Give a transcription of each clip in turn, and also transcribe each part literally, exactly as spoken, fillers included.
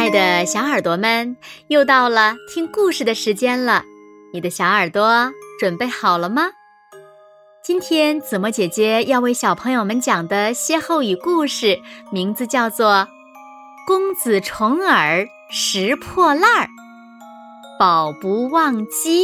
爱的小耳朵们，又到了听故事的时间了，你的小耳朵准备好了吗？今天子墨姐姐要为小朋友们讲的歇后语故事，名字叫做公子重耳拾破烂儿，宝不忘机。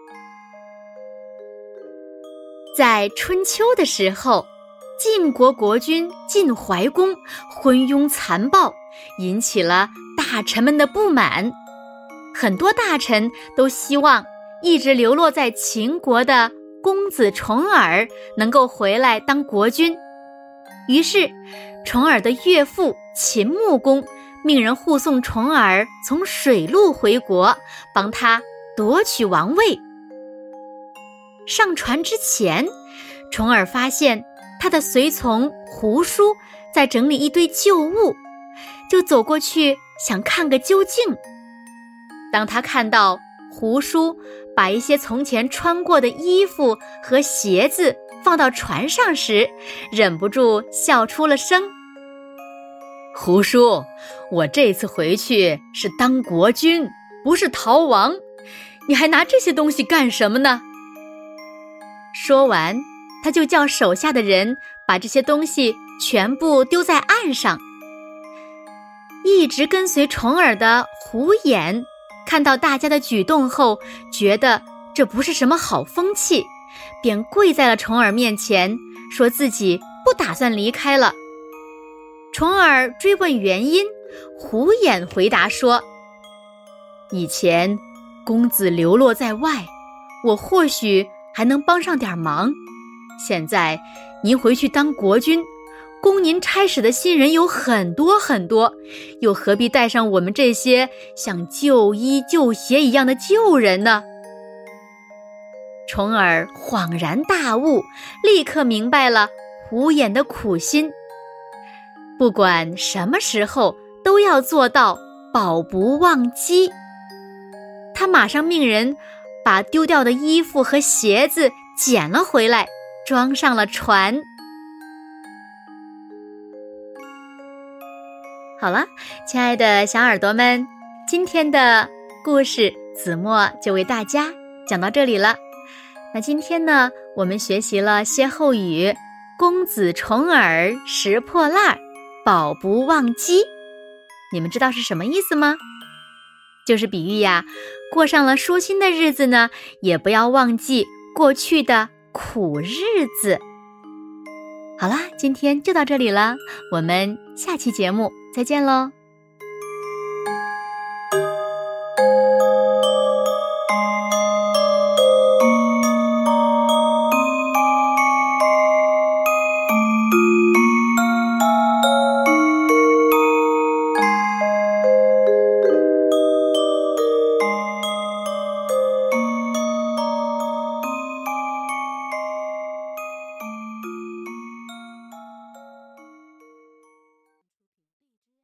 在春秋的时候，晋国国君晋怀公昏庸残暴，引起了大臣们的不满。很多大臣都希望一直流落在秦国的公子重耳能够回来当国君。于是重耳的岳父秦穆公命人护送重耳从水路回国，帮他夺取王位。上船之前，重耳发现他的随从胡叔在整理一堆旧物，就走过去想看个究竟。当他看到胡叔把一些从前穿过的衣服和鞋子放到船上时，忍不住笑出了声。胡叔，我这次回去是当国君，不是逃亡，你还拿这些东西干什么呢？说完，他就叫手下的人把这些东西全部丢在岸上。一直跟随重耳的胡衍看到大家的举动后，觉得这不是什么好风气，便跪在了重耳面前，说自己不打算离开了。重耳追问原因，胡衍回答说：以前公子流落在外，我或许还能帮上点忙，现在您回去当国君，供您差使的新人有很多很多，又何必带上我们这些像旧衣旧鞋一样的旧人呢？重耳恍然大悟，立刻明白了胡衍的苦心。不管什么时候都要做到宝不忘机。他马上命人把丢掉的衣服和鞋子捡了回来，装上了船。好了，亲爱的小耳朵们，今天的故事子墨就为大家讲到这里了。那今天呢，我们学习了歇后语公子重耳拾破烂，宝不忘机。你们知道是什么意思吗？就是比喻呀，过上了舒心的日子呢，也不要忘记过去的苦日子。好啦，今天就到这里了，我们下期节目再见喽。